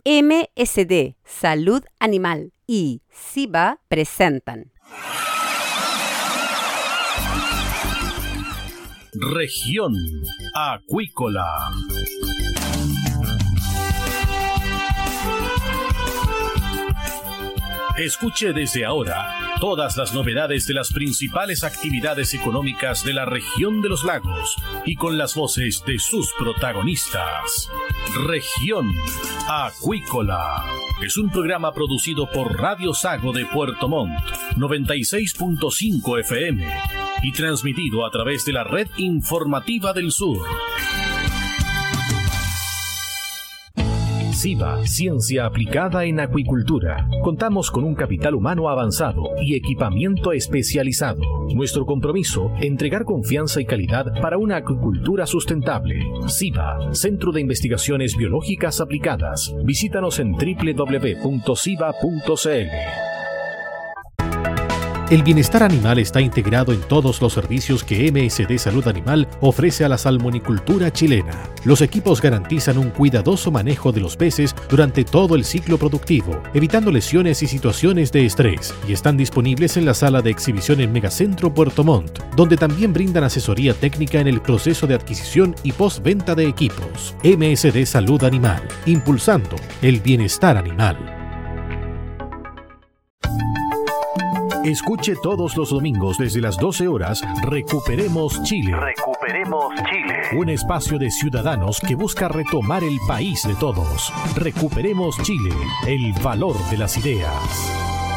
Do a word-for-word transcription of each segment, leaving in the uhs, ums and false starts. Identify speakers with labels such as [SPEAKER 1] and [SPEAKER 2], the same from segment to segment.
[SPEAKER 1] M S D, Salud Animal y SIVA presentan
[SPEAKER 2] Región Acuícola. Escuche desde ahora todas las novedades de las principales actividades económicas de la región de los lagos y con las voces de sus protagonistas. Región Acuícola es un programa producido por Radio Sago de Puerto Montt, noventa y seis punto cinco F M, y transmitido a través de la Red Informativa del Sur. SIVA, Ciencia Aplicada en Acuicultura. Contamos con un capital humano avanzado y equipamiento especializado. Nuestro compromiso, entregar confianza y calidad para una acuicultura sustentable. SIVA, Centro de Investigaciones Biológicas Aplicadas. Visítanos en doble u doble u doble u punto siva punto c l. El bienestar animal está integrado en todos los servicios que M S D Salud Animal ofrece a la salmonicultura chilena. Los equipos garantizan un cuidadoso manejo de los peces durante todo el ciclo productivo, evitando lesiones y situaciones de estrés, y están disponibles en la sala de exhibición en Megacentro Puerto Montt, donde también brindan asesoría técnica en el proceso de adquisición y postventa de equipos. M S D Salud Animal, impulsando el bienestar animal. Escuche todos los domingos desde las doce horas Recuperemos Chile.
[SPEAKER 3] Recuperemos Chile.
[SPEAKER 2] Un espacio de ciudadanos que busca retomar el país de todos. Recuperemos Chile, el valor de las ideas.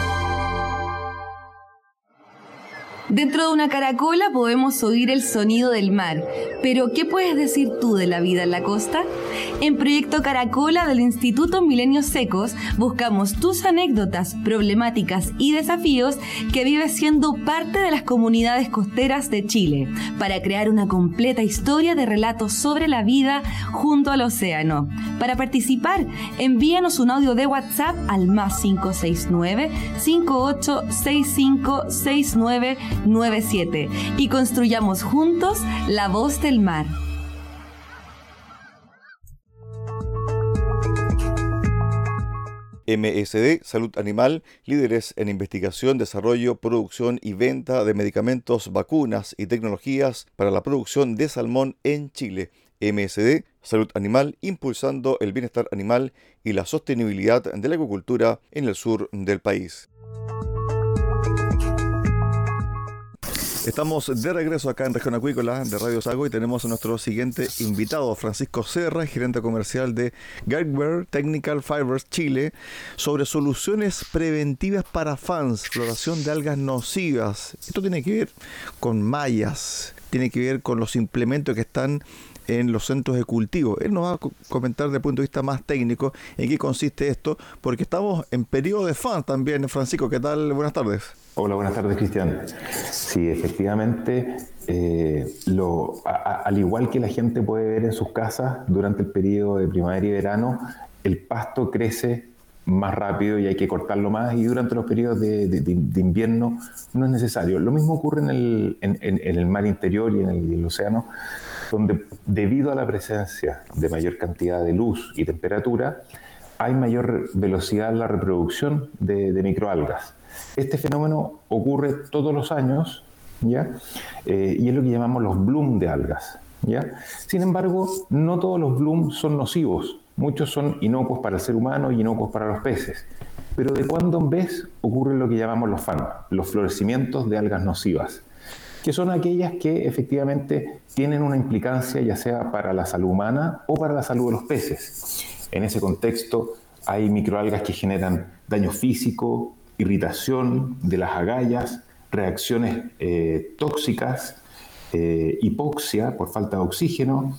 [SPEAKER 4] Dentro de una caracola podemos oír el sonido del mar, pero ¿qué puedes decir tú de la vida en la costa? En Proyecto Caracola del Instituto Milenios Secos buscamos tus anécdotas, problemáticas y desafíos que vives siendo parte de las comunidades costeras de Chile, para crear una completa historia de relatos sobre la vida junto al océano. Para participar, envíanos un audio de WhatsApp al más cinco seis nueve, cinco ocho seis cinco, seis nueve nueve siete y construyamos juntos la voz del mar.
[SPEAKER 5] M S D Salud Animal, líderes en investigación, desarrollo, producción y venta de medicamentos, vacunas y tecnologías para la producción de salmón en Chile. M S D Salud Animal, impulsando el bienestar animal y la sostenibilidad de la acuicultura en el sur del país. Estamos de regreso acá en Región Acuícola de Radio Sago y tenemos a nuestro siguiente invitado, Francisco Serra, gerente comercial de Guidewire Technical Fibers Chile, sobre soluciones preventivas para fans, floración de algas nocivas. Esto tiene que ver con mallas, tiene que ver con los implementos que están en los centros de cultivo. Él nos va a comentar desde el punto de vista más técnico en qué consiste esto, porque estamos en periodo de fans también. Francisco, ¿qué tal? Buenas tardes.
[SPEAKER 6] Hola, buenas tardes, Cristian. Sí, efectivamente, eh, lo, a, a, al igual que la gente puede ver en sus casas, durante el periodo de primavera y verano, el pasto crece más rápido y hay que cortarlo más, y durante los periodos de, de, de invierno no es necesario. Lo mismo ocurre en el, en, en, en el mar interior y en el, en el océano, donde debido a la presencia de mayor cantidad de luz y temperatura, hay mayor velocidad en la reproducción de, de microalgas. Este fenómeno ocurre todos los años, ¿ya? Eh, y es lo que llamamos los bloom de algas, ¿ya? Sin embargo, no todos los bloom son nocivos. Muchos son inocuos para el ser humano y inocuos para los peces. Pero de cuando en vez ocurre lo que llamamos los F A N, los florecimientos de algas nocivas, que son aquellas que efectivamente tienen una implicancia ya sea para la salud humana o para la salud de los peces. En ese contexto hay microalgas que generan daño físico, irritación de las agallas, reacciones eh, tóxicas, eh, hipoxia por falta de oxígeno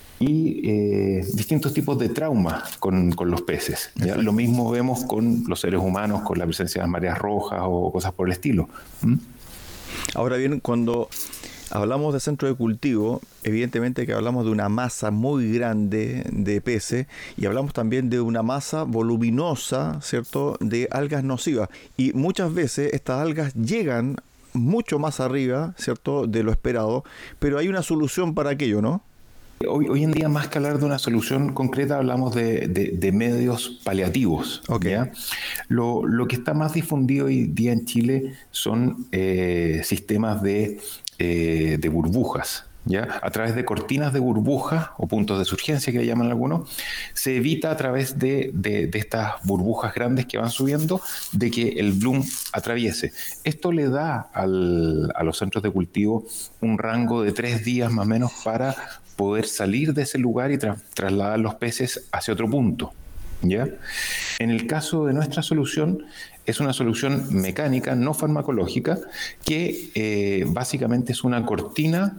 [SPEAKER 6] y eh, distintos tipos de traumas con, con los peces. ¿Ya? Lo mismo vemos con los seres humanos, con la presencia de las mareas rojas o cosas por el estilo. ¿Mm?
[SPEAKER 5] Ahora bien, cuando hablamos de centro de cultivo, evidentemente que hablamos de una masa muy grande de peces y hablamos también de una masa voluminosa, ¿cierto?, de algas nocivas. Y muchas veces estas algas llegan mucho más arriba, ¿cierto?, de lo esperado, pero hay una solución para aquello, ¿no?
[SPEAKER 6] Hoy, hoy en día, más que hablar de una solución concreta, hablamos de, de, de medios paliativos.
[SPEAKER 5] Okay.
[SPEAKER 6] ¿Ya? Lo, lo que está más difundido hoy día en Chile son eh, sistemas de, eh, de burbujas. ¿Ya? A través de cortinas de burbuja o puntos de surgencia que le llaman algunos, se evita a través de, de, de estas burbujas grandes que van subiendo de que el bloom atraviese. Esto le da al, a los centros de cultivo un rango de tres días más o menos para poder salir de ese lugar y tra trasladar los peces hacia otro punto. ¿Ya? En el caso de nuestra solución, es una solución mecánica, no farmacológica, que eh, básicamente es una cortina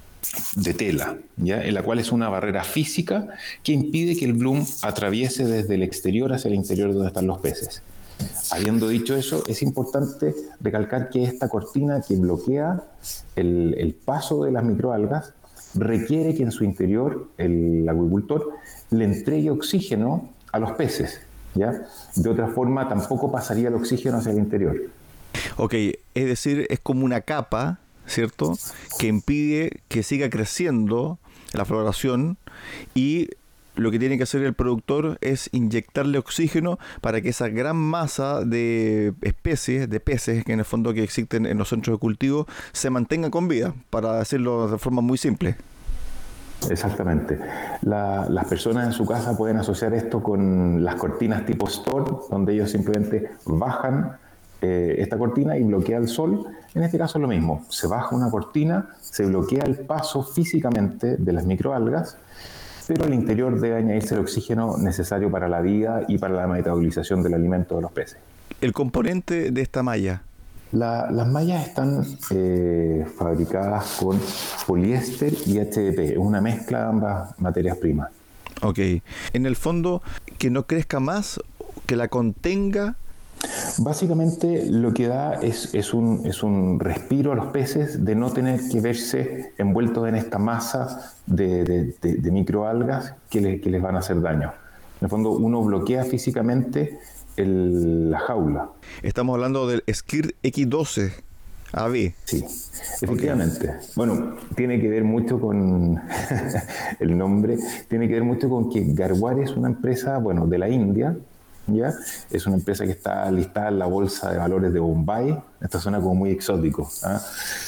[SPEAKER 6] de tela, ¿ya? En la cual es una barrera física que impide que el bloom atraviese desde el exterior hacia el interior donde están los peces. Habiendo dicho eso, es importante recalcar que esta cortina que bloquea el, el paso de las microalgas requiere que en su interior el acuicultor le entregue oxígeno a los peces, ¿ya? De otra forma tampoco pasaría el oxígeno hacia el interior.
[SPEAKER 5] Ok, es decir, es como una capa, ¿cierto?, que impide que siga creciendo la floración, y lo que tiene que hacer el productor es inyectarle oxígeno para que esa gran masa de especies, de peces que en el fondo que existen en los centros de cultivo, se mantenga con vida, para decirlo de forma muy simple.
[SPEAKER 6] Exactamente. La, las personas en su casa pueden asociar esto con las cortinas tipo store, donde ellos simplemente bajan eh, esta cortina y bloquea el sol. En este caso es lo mismo, se baja una cortina, se bloquea el paso físicamente de las microalgas, pero al interior debe añadirse el oxígeno necesario para la vida y para la metabolización del alimento de los peces.
[SPEAKER 5] El componente de esta malla.
[SPEAKER 6] La, las mallas están eh, fabricadas con poliéster y H D P, es una mezcla de ambas materias primas.
[SPEAKER 5] Ok, en el fondo, que no crezca más, que la contenga.
[SPEAKER 6] Básicamente lo que da es, es, un, es un respiro a los peces de no tener que verse envueltos en esta masa de, de, de, de microalgas que, le, que les van a hacer daño. En el fondo uno bloquea físicamente el, la jaula.
[SPEAKER 5] Estamos hablando del Skirt X doce A B.
[SPEAKER 6] Sí, efectivamente. Okay. Bueno, tiene que ver mucho con el nombre, tiene que ver mucho con que Garware es una empresa, bueno, de la India. ¿Ya? Es una empresa que está listada en la bolsa de valores de Bombay. Esta suena como muy exótico, ¿ah?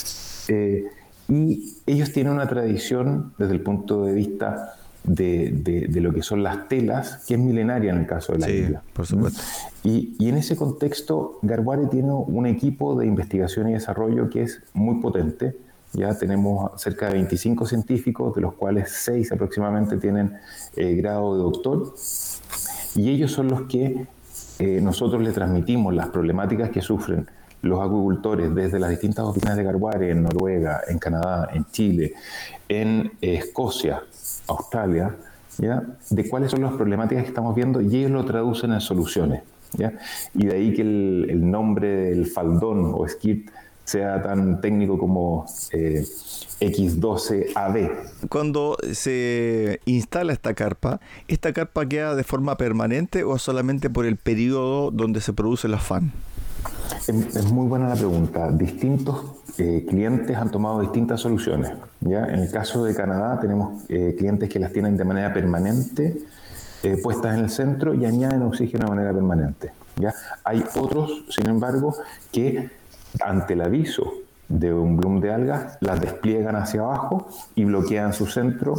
[SPEAKER 6] eh, y ellos tienen una tradición desde el punto de vista de, de, de lo que son las telas, que es milenaria en el caso de la
[SPEAKER 5] sí,
[SPEAKER 6] India.
[SPEAKER 5] Por supuesto.
[SPEAKER 6] Y, y en ese contexto, Garware tiene un equipo de investigación y desarrollo que es muy potente. Ya tenemos cerca de veinticinco científicos, de los cuales seis aproximadamente tienen eh, grado de doctor. Y ellos son los que eh, nosotros le transmitimos las problemáticas que sufren los acuicultores desde las distintas oficinas de Garware en Noruega, en Canadá, en Chile, en eh, Escocia, Australia, ¿ya? De cuáles son las problemáticas que estamos viendo, y ellos lo traducen en soluciones, ¿ya? Y de ahí que el, el nombre del faldón o skirt sea tan técnico como eh, X doce A B.
[SPEAKER 5] Cuando se instala esta carpa, ¿esta carpa queda de forma permanente o solamente por el periodo donde se produce el afán?
[SPEAKER 6] Es, es muy buena la pregunta. Distintos eh, clientes han tomado distintas soluciones, ¿ya? En el caso de Canadá tenemos eh, clientes que las tienen de manera permanente eh, puestas en el centro y añaden oxígeno de manera permanente, ¿ya? Hay otros, sin embargo, que ante el aviso de un bloom de algas, las despliegan hacia abajo y bloquean su centro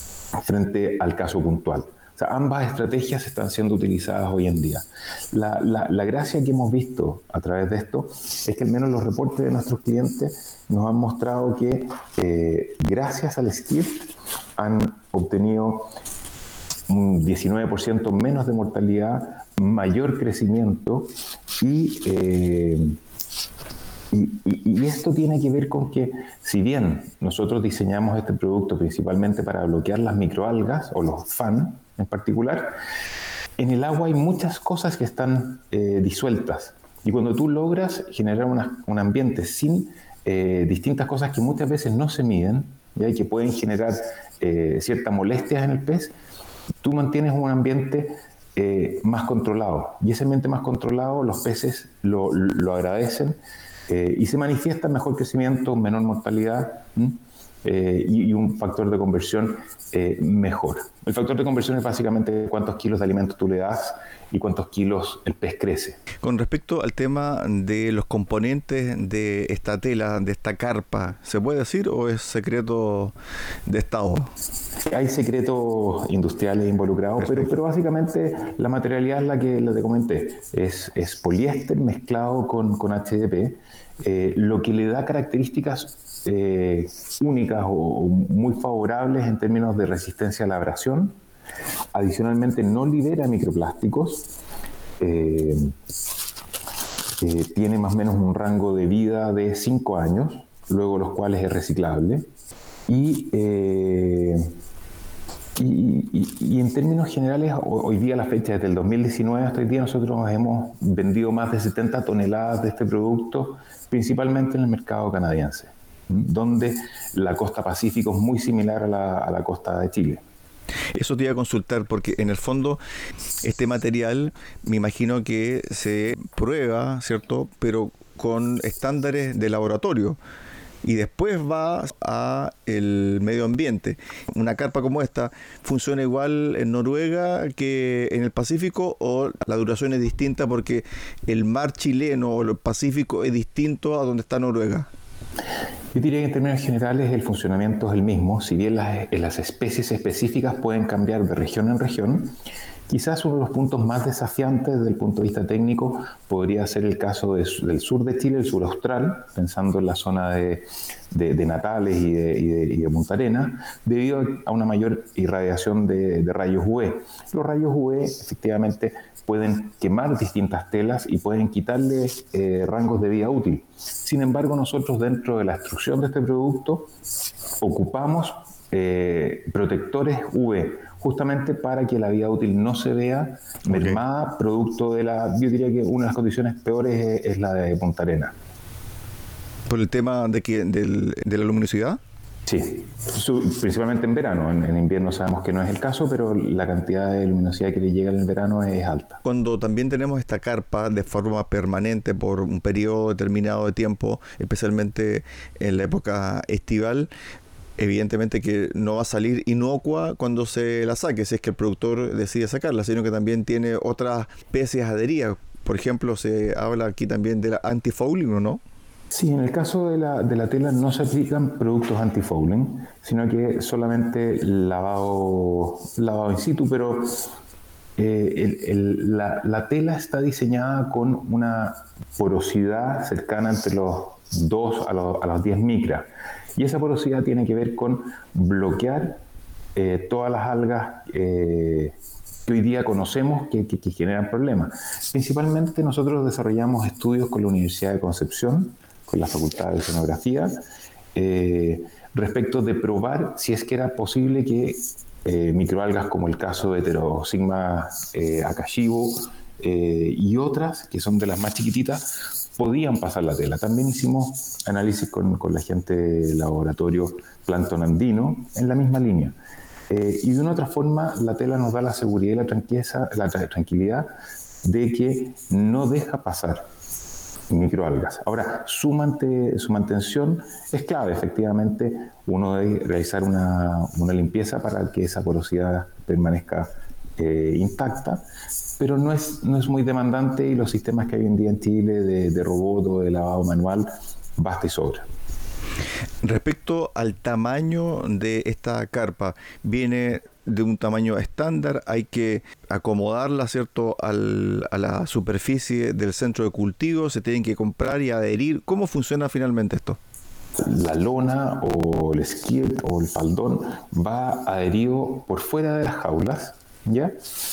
[SPEAKER 6] frente al caso puntual. O sea, ambas estrategias están siendo utilizadas hoy en día. La, la, la gracia que hemos visto a través de esto es que al menos los reportes de nuestros clientes nos han mostrado que eh, gracias al skirt han obtenido un diecinueve por ciento menos de mortalidad, mayor crecimiento y... Eh, Y, y, y esto tiene que ver con que, si bien nosotros diseñamos este producto principalmente para bloquear las microalgas, o los F A N en particular, en el agua hay muchas cosas que están eh, disueltas. Y cuando tú logras generar una, un ambiente sin eh, distintas cosas que muchas veces no se miden, ¿ya? Y que pueden generar eh, ciertas molestias en el pez, tú mantienes un ambiente eh, más controlado. Y ese ambiente más controlado, los peces lo, lo agradecen. Eh, y se manifiesta mejor crecimiento, menor mortalidad, eh, y, y un factor de conversión eh, mejor. El factor de conversión es básicamente cuántos kilos de alimento tú le das y cuántos kilos el pez crece.
[SPEAKER 5] Con respecto al tema de los componentes de esta tela, de esta carpa, ¿se puede decir o es secreto de Estado?
[SPEAKER 6] Hay secretos industriales involucrados, pero, pero básicamente la materialidad es la que la te comenté. Es, es poliéster mezclado con, con H D P, eh, lo que le da características eh, únicas o, o muy favorables en términos de resistencia a la abrasión. Adicionalmente no libera microplásticos, eh, eh, tiene más o menos un rango de vida de cinco años, luego los cuales es reciclable. Y, eh, y, y, y en términos generales, hoy día, la fecha desde el dos mil diecinueve hasta hoy día, nosotros hemos vendido más de setenta toneladas de este producto, principalmente en el mercado canadiense, donde la costa pacífico es muy similar a la, a la costa de Chile.
[SPEAKER 5] Eso te iba a consultar porque en el fondo este material me imagino que se prueba, ¿cierto? Pero con estándares de laboratorio y después va a el medio ambiente. Una carpa como esta funciona igual en Noruega que en el Pacífico, o la duración es distinta porque el mar chileno o el Pacífico es distinto a donde está Noruega.
[SPEAKER 6] Yo diría que en términos generales el funcionamiento es el mismo, si bien las, las especies específicas pueden cambiar de región en región. Quizás uno de los puntos más desafiantes desde el punto de vista técnico podría ser el caso de, del sur de Chile, el sur austral, pensando en la zona de, de, de Natales y de, y, de, y de Punta Arenas, debido a una mayor irradiación de, de rayos U V. Los rayos U V efectivamente pueden quemar distintas telas y pueden quitarle eh, rangos de vida útil. Sin embargo, nosotros dentro de la extrusión de este producto ocupamos eh, protectores U V, justamente para que la vida útil no se vea mermada, okay, producto de la... Yo diría que una de las condiciones peores es, es la de Punta Arenas.
[SPEAKER 5] ¿Por el tema de, que, del, de la luminosidad?
[SPEAKER 6] Sí, su, principalmente en verano. En, en invierno sabemos que no es el caso, pero la cantidad de luminosidad que le llega en el verano es alta.
[SPEAKER 5] Cuando también tenemos esta carpa de forma permanente por un periodo determinado de tiempo, especialmente en la época estival, evidentemente que no va a salir inocua cuando se la saque, si es que el productor decide sacarla, sino que también tiene otras especies adheridas. Por ejemplo, se habla aquí también de la anti-fouling, ¿o no?
[SPEAKER 6] Sí, en el caso de la, de la tela no se aplican productos anti-fouling, sino que solamente lavado, lavado in situ, pero eh, el, el, la, la tela está diseñada con una porosidad cercana entre los dos a los, a los diez micras. Y esa porosidad tiene que ver con bloquear eh, todas las algas eh, que hoy día conocemos que, que, que generan problemas. Principalmente nosotros desarrollamos estudios con la Universidad de Concepción, con la Facultad de Oceanografía, eh, respecto de probar si es que era posible que eh, microalgas como el caso de Heterosigma eh, acashibo eh, y otras, que son de las más chiquititas, podían pasar la tela. También hicimos análisis con, con la gente del laboratorio Plancton Andino en la misma línea. Eh, y de una otra forma, la tela nos da la seguridad y la tranquilidad, la tra- tranquilidad de que no deja pasar microalgas. Ahora, su, mante, su mantención es clave. Efectivamente, uno debe realizar una, una limpieza para que esa porosidad permanezca eh, intacta, pero no es, no es muy demandante y los sistemas que hay hoy en día en Chile de, de robot o de lavado manual basta y sobra.
[SPEAKER 5] Respecto al tamaño de esta carpa, viene de un tamaño estándar, hay que acomodarla, ¿cierto?, al, a la superficie del centro de cultivo, se tienen que comprar y adherir. ¿Cómo funciona finalmente esto?
[SPEAKER 6] La lona o el skirt o el faldón va adherido por fuera de las jaulas, ¿ya?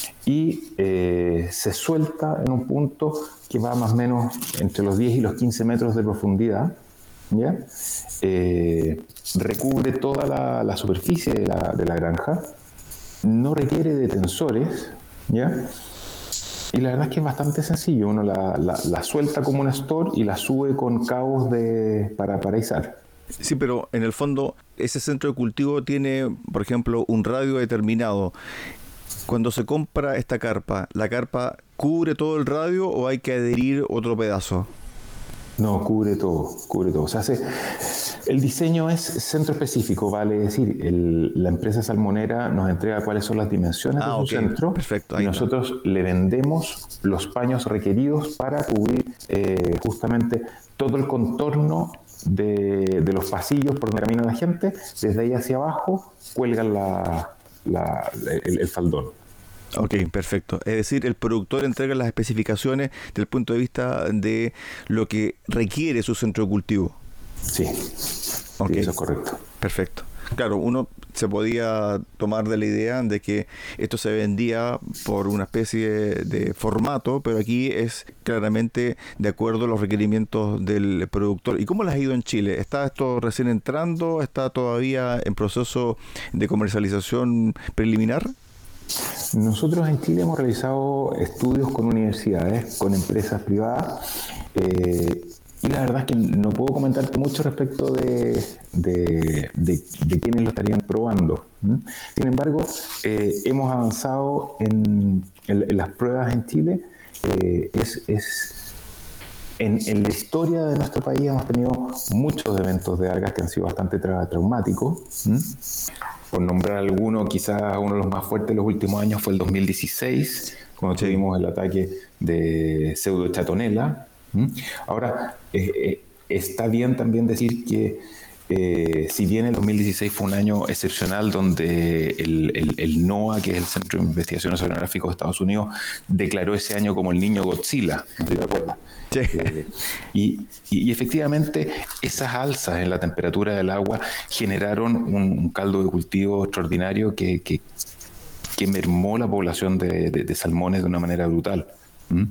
[SPEAKER 6] Y eh, se suelta en un punto que va más o menos entre los diez y los quince metros de profundidad, ¿ya? Eh, recubre toda la, la superficie de la, de la granja, no requiere de tensores, ¿ya? Y la verdad es que es bastante sencillo. Uno la, la, la suelta como una store y la sube con cabos de, para, para izar.
[SPEAKER 5] Sí, pero en el fondo ese centro de cultivo tiene, por ejemplo, un radio determinado. Cuando se compra esta carpa, ¿la carpa cubre todo el radio o hay que adherir otro pedazo?
[SPEAKER 6] No, cubre todo, cubre todo. O sea, hace, el diseño es centro específico, vale decir, el, la empresa salmonera nos entrega cuáles son las dimensiones ah, de su okay. centro.
[SPEAKER 5] Perfecto,
[SPEAKER 6] y nosotros está. le vendemos los paños requeridos para cubrir eh, justamente todo el contorno de, de los pasillos por donde camina la gente. Desde ahí hacia abajo cuelgan la, la, el, el faldón.
[SPEAKER 5] Ok, perfecto. Es decir, el productor entrega las especificaciones desde el punto de vista de lo que requiere su centro de cultivo.
[SPEAKER 6] Sí, okay. Sí, eso es correcto.
[SPEAKER 5] Perfecto. Claro, uno se podía tomar de la idea de que esto se vendía por una especie de formato, pero aquí es claramente de acuerdo a los requerimientos del productor. ¿Y cómo les ha ido en Chile? ¿Está esto recién entrando? ¿Está todavía en proceso de comercialización preliminar?
[SPEAKER 6] Nosotros en Chile hemos realizado estudios con universidades, con empresas privadas, eh, y la verdad es que no puedo comentarte mucho respecto de, de, de, de quiénes lo estarían probando. ¿Mm? Sin embargo, eh, hemos avanzado en, en, en las pruebas en Chile. Eh, es, es, en, en la historia de nuestro país hemos tenido muchos eventos de algas que han sido bastante tra traumáticos. ¿Mm? Por nombrar alguno, quizás uno de los más fuertes de los últimos años fue el dos mil dieciséis, cuando sí. tuvimos el ataque de pseudochatonela. ¿Mm? Ahora, eh, eh, está bien también decir que eh, si bien el dos mil dieciséis fue un año excepcional donde el, el, el NOAA, que es el Centro de Investigación Oceanográfico de Estados Unidos, declaró ese año como el niño Godzilla, ¿no te acuerdas? Sí. Eh, y, y, y efectivamente esas alzas en la temperatura del agua generaron un, un caldo de cultivo extraordinario que, que, que mermó la población de, de, de salmones de una manera brutal. ¿Mm?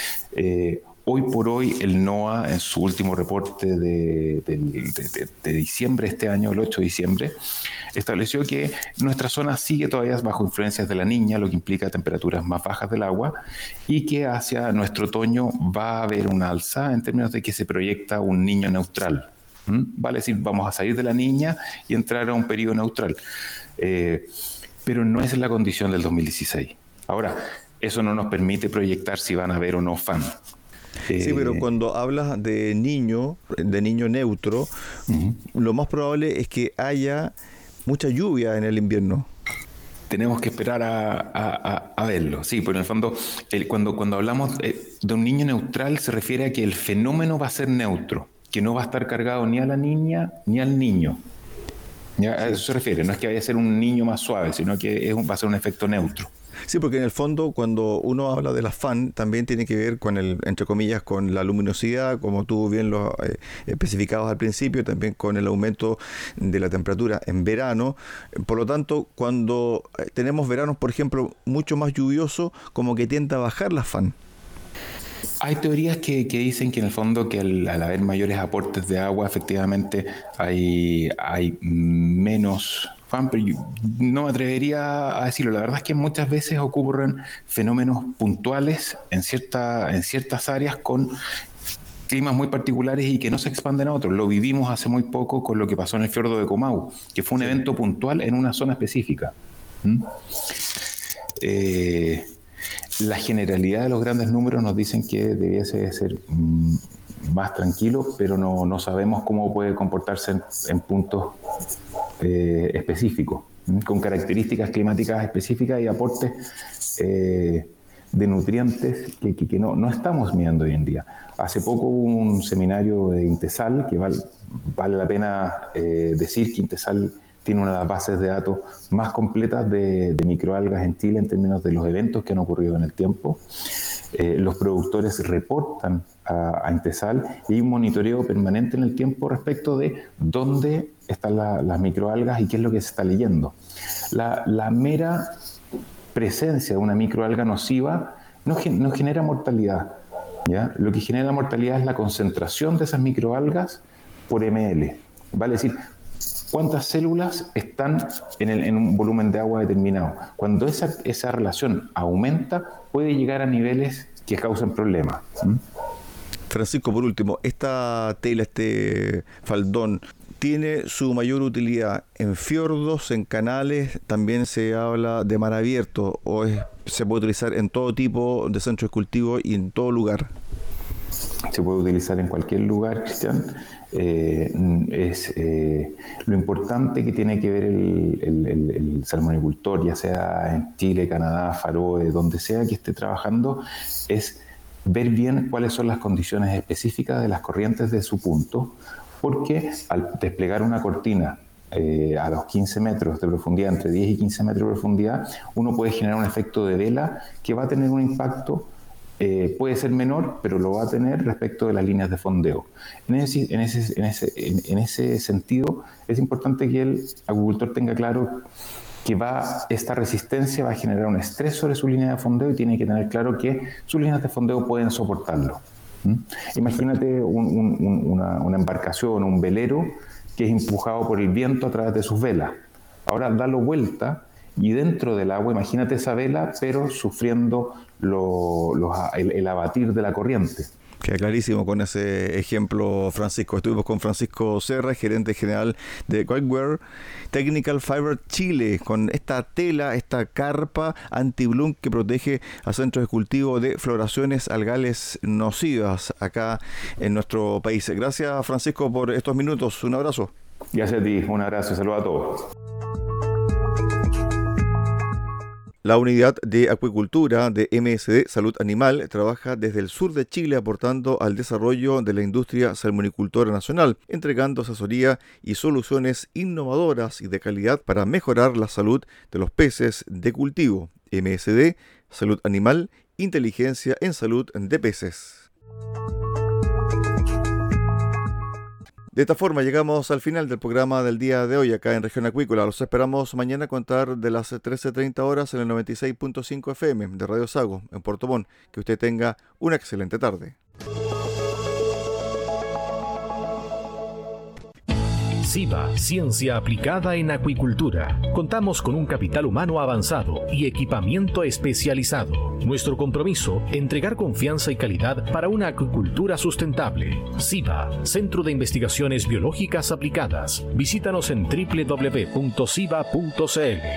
[SPEAKER 6] Eh, Hoy por hoy el NOAA en su último reporte de, de, de, de diciembre de este año, el ocho de diciembre, estableció que nuestra zona sigue todavía bajo influencias de la Niña, lo que implica temperaturas más bajas del agua, y que hacia nuestro otoño va a haber una alza en términos de que se proyecta un niño neutral. ¿Mm? Vale decir, vamos a salir de la Niña y entrar a un periodo neutral. Eh, pero no es la condición del dos mil dieciséis. Ahora, eso no nos permite proyectar si van a haber o no F A N.
[SPEAKER 5] Sí, pero cuando hablas de niño, de niño neutro, uh-huh. lo más probable es que haya mucha lluvia en el invierno.
[SPEAKER 6] Tenemos que esperar a, a, a verlo. Sí, pero en el fondo, el, cuando, cuando hablamos de un niño neutral, se refiere a que el fenómeno va a ser neutro, que no va a estar cargado ni a la niña ni al niño. ¿Ya? A eso se refiere. No es que vaya a ser un niño más suave, sino que es un, va a ser un efecto neutro.
[SPEAKER 5] Sí, porque en el fondo cuando uno habla de la F A N también tiene que ver con el, entre comillas, con la luminosidad, como tú bien lo eh, especificabas al principio, también con el aumento de la temperatura en verano. Por lo tanto, cuando tenemos veranos, por ejemplo, mucho más lluvioso, como que tiende a bajar la F A N.
[SPEAKER 6] Hay teorías que, que dicen que en el fondo que al, al haber mayores aportes de agua, efectivamente hay, hay menos F A N, pero yo no me atrevería a decirlo. La verdad es que muchas veces ocurren fenómenos puntuales en, cierta, en ciertas áreas con climas muy particulares y que no se expanden a otros. Lo vivimos hace muy poco con lo que pasó en el fiordo de Comau, que fue un sí. evento puntual en una zona específica. ¿Mm? Eh... La generalidad de los grandes números nos dicen que debiese ser mm, más tranquilo, pero no, no sabemos cómo puede comportarse en, en puntos eh, específicos, ¿m? con características climáticas específicas y aportes eh, de nutrientes que, que, que no, no estamos midiendo hoy en día. Hace poco hubo un seminario de Intesal, que vale, vale la pena eh, decir que Intesal tiene una de las bases de datos más completas de, de microalgas en Chile en términos de los eventos que han ocurrido en el tiempo. Eh, los productores reportan a, a Intesal y hay un monitoreo permanente en el tiempo respecto de dónde están la, las microalgas y qué es lo que se está leyendo. La, la mera presencia de una microalga nociva no, no genera mortalidad, ¿ya? Lo que genera mortalidad es la concentración de esas microalgas por ml. Vale decir, ¿cuántas células están en, el, en un volumen de agua determinado? Cuando esa, esa relación aumenta, puede llegar a niveles que causan problemas. ¿Mm?
[SPEAKER 5] Francisco, por último, esta tela, este faldón, ¿tiene su mayor utilidad en fiordos, en canales? ¿También se habla de mar abierto o es, se puede utilizar en todo tipo de centros de cultivo y en todo lugar?
[SPEAKER 6] se puede utilizar en cualquier lugar, Cristian. Eh, es eh, lo importante que tiene que ver el, el, el, el salmonicultor, ya sea en Chile, Canadá, Faroe, donde sea que esté trabajando, es ver bien cuáles son las condiciones específicas de las corrientes de su punto, porque al desplegar una cortina eh, a los quince metros de profundidad, entre diez y quince metros de profundidad, uno puede generar un efecto de vela que va a tener un impacto. Eh, puede ser menor, pero lo va a tener respecto de las líneas de fondeo. En ese, en, ese, en, ese, en, en ese sentido, es importante que el agricultor tenga claro que va, esta resistencia va a generar un estrés sobre su línea de fondeo y tiene que tener claro que sus líneas de fondeo pueden soportarlo. ¿Mm? Imagínate un, un, un, una, una embarcación, un velero que es empujado por el viento a través de sus velas. Ahora dalo vuelta y dentro del agua, imagínate esa vela, pero sufriendo Lo, lo, el, el abatir de la corriente.
[SPEAKER 5] Queda clarísimo con ese ejemplo, Francisco. Estuvimos con Francisco Serra, gerente general de Guidewire Technical Fiber Chile, con esta tela, esta carpa anti-bloom que protege a centros de cultivo de floraciones algales nocivas acá en nuestro país. Gracias, Francisco, por estos minutos. Un abrazo.
[SPEAKER 6] Gracias a ti, un abrazo y saludos a todos.
[SPEAKER 5] La unidad de acuicultura de M S D Salud Animal trabaja desde el sur de Chile aportando al desarrollo de la industria salmonicultora nacional, entregando asesoría y soluciones innovadoras y de calidad para mejorar la salud de los peces de cultivo. M S D Salud Animal, inteligencia en salud de peces. De esta forma llegamos al final del programa del día de hoy acá en Región Acuícola. Los esperamos mañana a contar de las trece treinta horas en el noventa y seis punto cinco F M de Radio Sago en Puerto Montt. Que usted tenga una excelente tarde.
[SPEAKER 2] SIVA, Ciencia Aplicada en Acuicultura. Contamos con un capital humano avanzado y equipamiento especializado. Nuestro compromiso, entregar confianza y calidad para una acuicultura sustentable. SIVA, Centro de Investigaciones Biológicas Aplicadas. Visítanos en doble u doble u doble u punto siva punto c l.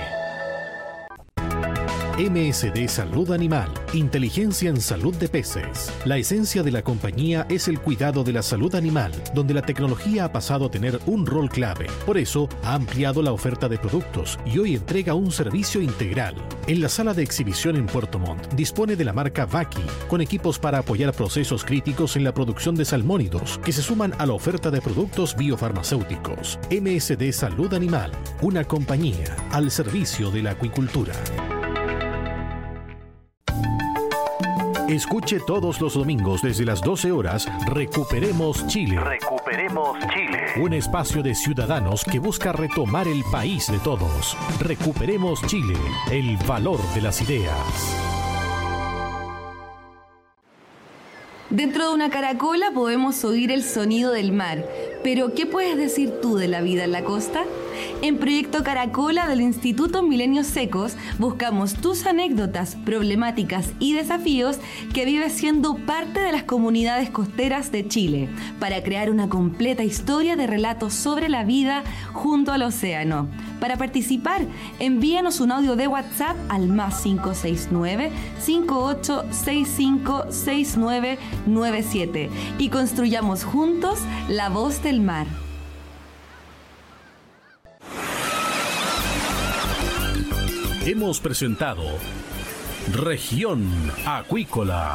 [SPEAKER 2] M S D Salud Animal, inteligencia en salud de peces. La esencia de la compañía es el cuidado de la salud animal, donde la tecnología ha pasado a tener un rol clave. Por eso, ha ampliado la oferta de productos y hoy entrega un servicio integral. En la sala de exhibición en Puerto Montt dispone de la marca Vaki, con equipos para apoyar procesos críticos en la producción de salmónidos, que se suman a la oferta de productos biofarmacéuticos. M S D Salud Animal, una compañía al servicio de la acuicultura. Escuche todos los domingos desde las doce horas Recuperemos Chile.
[SPEAKER 3] Recuperemos Chile.
[SPEAKER 2] Un espacio de ciudadanos que busca retomar el país de todos. Recuperemos Chile, el valor de las ideas.
[SPEAKER 4] Dentro de una caracola podemos oír el sonido del mar, pero ¿qué puedes decir tú de la vida en la costa? En Proyecto Caracola del Instituto Milenios Secos buscamos tus anécdotas, problemáticas y desafíos que vives siendo parte de las comunidades costeras de Chile para crear una completa historia de relatos sobre la vida junto al océano. Para participar, envíanos un audio de WhatsApp al más cinco seis nueve, cinco ocho seis cinco, seis nueve nueve siete y construyamos juntos la voz del mar.
[SPEAKER 2] Hemos presentado Región Acuícola.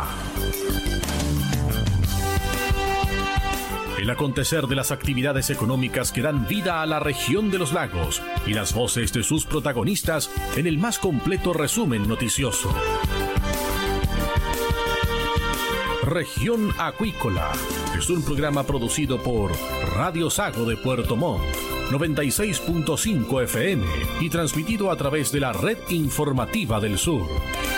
[SPEAKER 2] El acontecer de las actividades económicas que dan vida a la región de los lagos y las voces de sus protagonistas en el más completo resumen noticioso. Región Acuícola es un programa producido por Radio Sago de Puerto Montt, noventa y seis punto cinco F M y transmitido a través de la Red Informativa del Sur.